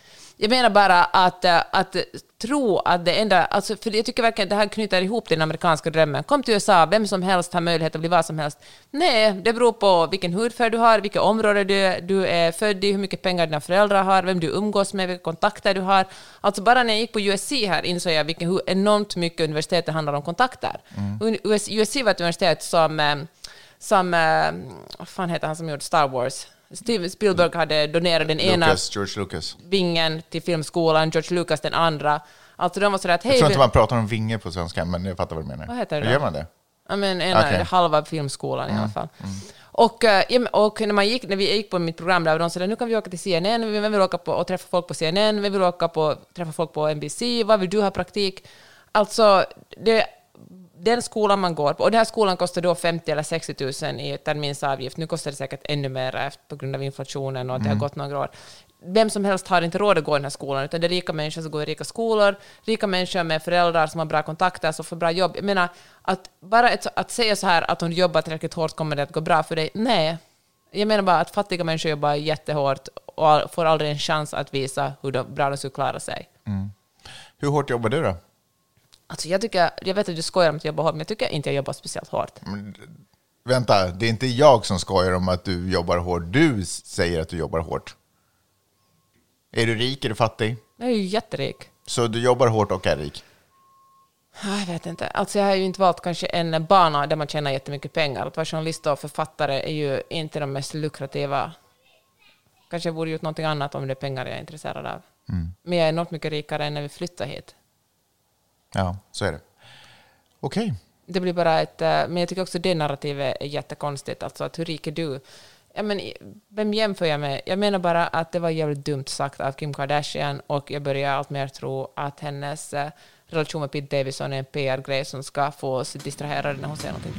Jag menar bara att tro att det enda... Alltså, för jag tycker verkligen att det här knyter ihop den amerikanska drömmen. Kom till USA, vem som helst har möjlighet att bli vad som helst. Nej, det beror på vilken hudfärg du har, vilka områden du är född i, hur mycket pengar dina föräldrar har, vem du umgås med, vilka kontakter du har. Alltså bara när jag gick på USC här insåg jag hur enormt mycket universitet det handlar om kontakter. USC var ett universitet som vad fan heter han som gjorde Star Wars? Steven Spielberg hade donerat den George Lucas. vingen till filmskolan, George Lucas den andra. Alltså de var sådär att hej... Jag tror inte man pratar om vinge på svenska, men jag fattar vad du menar. Vad heter det? Gör man det? Ja, men halva filmskolan i alla fall. Och när vi gick på mitt program där, de sa nu kan vi åka till CNN, vi vill åka på och träffa folk på CNN, vi vill åka på träffa folk på NBC, vad vill du ha praktik? Alltså, den skolan man går på, och den här skolan kostar då 50 eller 60 000 i terminsavgift. Nu kostar det säkert ännu mer på grund av inflationen och att det har gått några år. Vem som helst har inte råd att gå i den här skolan, utan det är rika människor som går i rika skolor, rika människor med föräldrar som har bra kontakter, som får bra jobb. Jag menar, att säga så här att om du jobbar tillräckligt hårt kommer det att gå bra för dig. Nej. Jag menar bara att fattiga människor jobbar jättehårt och får aldrig en chans att visa hur bra de skulle klara sig. Hur hårt jobbar du då? Alltså jag vet att du skojar om att jobba hårt, men jag tycker inte jag jobbar speciellt hårt. Vänta, det är inte jag som skojar om att du jobbar hårt. Du säger att du jobbar hårt. Är du rik? Är du fattig? Jag är ju jätterik. Så du jobbar hårt och är rik? Jag vet inte. Alltså jag har ju inte valt kanske en bana där man tjänar jättemycket pengar. Att vara journalist och författare är ju inte de mest lukrativa. Kanske jag borde gjort någonting annat om det är pengar jag är intresserad av. Men jag är enormt mycket rikare än när vi flyttar hit. Ja, så är det. Okej. Det blir bara men jag tycker också det narrativet är jättekonstigt. Alltså att hur rik är du? Vem jämför jag med? Jag menar bara att det var jävligt dumt sagt av Kim Kardashian, och jag börjar allt mer tro att hennes relation med Pete Davidson är en PR-grej som ska få oss distraherade när hon säger någonting.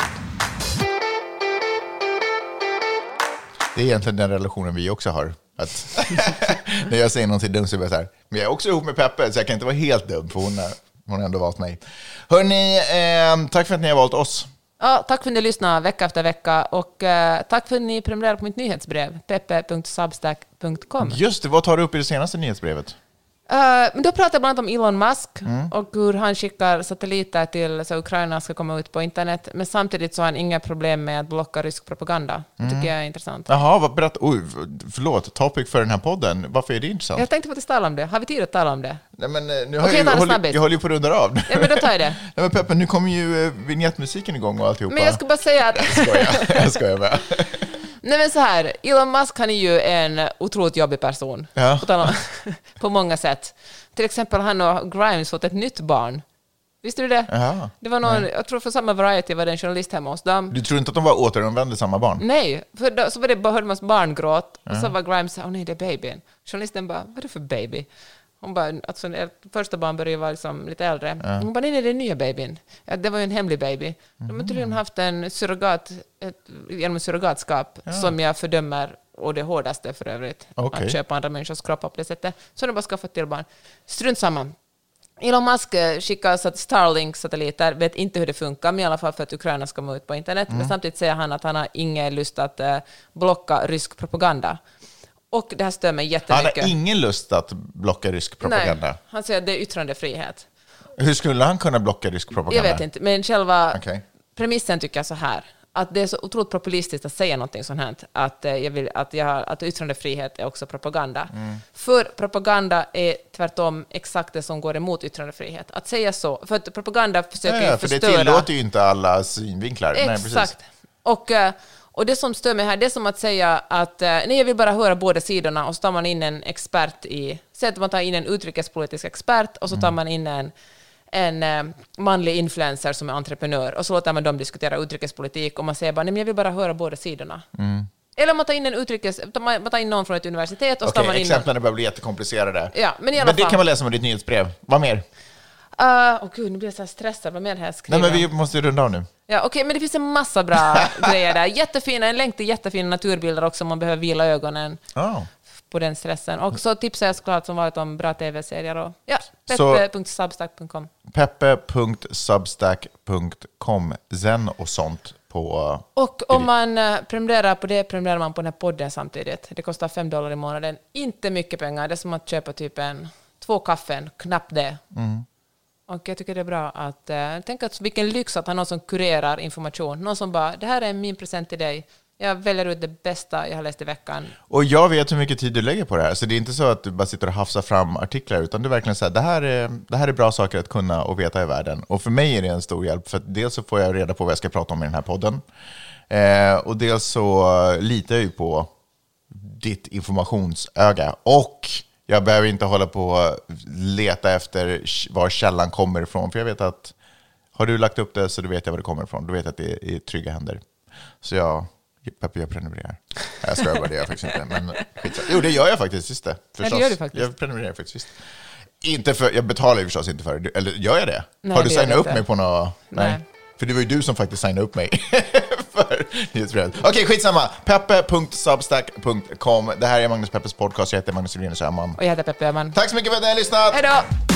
Det är egentligen den relationen vi också har. Att när jag säger någonting dumt så blir jag så här, men jag är också ihop med Peppe, så jag kan inte vara helt dum, för hon har ändå valt mig. Hörrni, tack för att ni har valt oss. Ja, tack för att ni lyssnar vecka efter vecka, och tack för att ni prenumererar på mitt nyhetsbrev, peppe.substack.com. Just det, vad tar du upp i det senaste nyhetsbrevet? Men då pratar jag bland annat om Elon Musk och hur han skickar satelliter till så Ukraina ska komma ut på internet, men samtidigt så har han inga problem med att blocka rysk propaganda. Det tycker jag är intressant. Jaha, förlåt, topic för den här podden. Varför är det intressant? Jag tänkte faktiskt tala om det. Har vi tid att tala om det? Nej, men nu jag håller ju på att runda av. Ja, men då tar jag det. Nej, men Peppe, nu kommer ju vignettmusiken igång och alltihopa. Men jag ska bara säga att... Jag skojar med. Nej, men så här, Elon Musk, han är ju en otroligt jobbig person. Ja. På många sätt. Till exempel han och Grimes fått ett nytt barn. Visste du det? Jaha. Det var någon, jag tror för samma Variety var det en journalist hemma hos dem. Du tror inte att de var återvände samma barn? Nej, för då, så var det bara hörde man barngråt, och så var Grimes, nej, det är babyn. Journalisten bara, vad är det för baby? Hon bara, alltså första barn började vara liksom lite äldre. Hon bara, nej, det är nya babyn. Ja, det var ju en hemlig baby. De har tydligen haft genom surrogatskap som jag fördömer, och det hårdaste för övrigt. Okay. Att köpa andra människors kroppar på det sättet. Så de bara skaffat till barn. Strunt samma. Elon Musk skickar Starlink-satelliter, vet inte hur det funkar, men i alla fall för att Ukraina ska komma ut på internet. Men samtidigt säger han att han har ingen lust att blocka rysk propaganda. Och det här stör mig jättemycket. Han har ingen lust att blocka rysk propaganda? Nej, han säger att det är yttrandefrihet. Hur skulle han kunna blocka rysk propaganda? Jag vet inte, men själva premissen tycker jag så här. Att det är så otroligt populistiskt att säga någonting sånt här. Att yttrandefrihet är också propaganda. För propaganda är tvärtom exakt det som går emot yttrandefrihet. Att säga så. För att propaganda försöker ju förstöra. För det tillåter ju inte alla synvinklar. Exakt. Nej, och det som stör mig här, det är som att säga att nej, jag vill bara höra båda sidorna, och så tar man in en expert säg att man tar in en utrikespolitisk expert, och så tar man in en manlig influencer som är entreprenör, och så låter man dem diskutera utrikespolitik, och man säger bara, nej, men jag vill bara höra båda sidorna. Eller man tar in någon från ett universitet, och så tar man in... Exemplen börjar bli jättekomplicerade. Ja, men det kan man läsa om i ditt nyhetsbrev. Vad mer? Gud, nu blir jag så här stressad. Vad mer här skriver? Nej, men vi måste ju runda av nu. Ja, okej, men det finns en massa bra grejer där. En länk till jättefina naturbilder också, om man behöver vila ögonen på den stressen. Och så tipsar jag såklart som varit om bra tv-serier. Och, peppe.substack.com peppe.substack.com. Zen och sånt på... Och om man prenumererar på det, prenumererar man på den här podden samtidigt. Det kostar $5 i månaden. Inte mycket pengar. Det är som att köpa typ 2 kaffen, knappt det. Och jag tycker det är bra att tänka att vilken lyx att ha någon som kurerar information. Någon som bara, det här är min present till dig. Jag väljer ut det bästa jag har läst i veckan. Och jag vet hur mycket tid du lägger på det här. Så det är inte så att du bara sitter och hafsar fram artiklar, utan du verkligen säger det här är bra saker att kunna och veta i världen. Och för mig är det en stor hjälp, för att dels så får jag reda på vad jag ska prata om i den här podden. Och dels så litar jag ju på ditt informationsöga. Och jag behöver inte hålla på och leta efter var källan kommer ifrån. För jag vet att har du lagt upp det så du vet jag var det kommer ifrån. Du vet att det är i trygga händer. Så jag prenumererar. Jag skojar bara, det gör jag faktiskt inte. Men jo, det gör jag faktiskt, just det. Ja, det gör du faktiskt. Jag prenumererar faktiskt, just. Inte för, jag betalar ju förstås inte för det. Eller gör jag det? Nej, har du det gör signat upp inte. mig på något? Nej. För det var ju du som faktiskt signade upp mig för nyhetsbrevet. Okej, skitsamma. Peppe.substack.com. Det här är Magnus Peppes podcast. Jag heter Magnus Linus Öhman. Och jag heter Peppe Öhman. Tack så mycket för att ni har lyssnat. Hej då!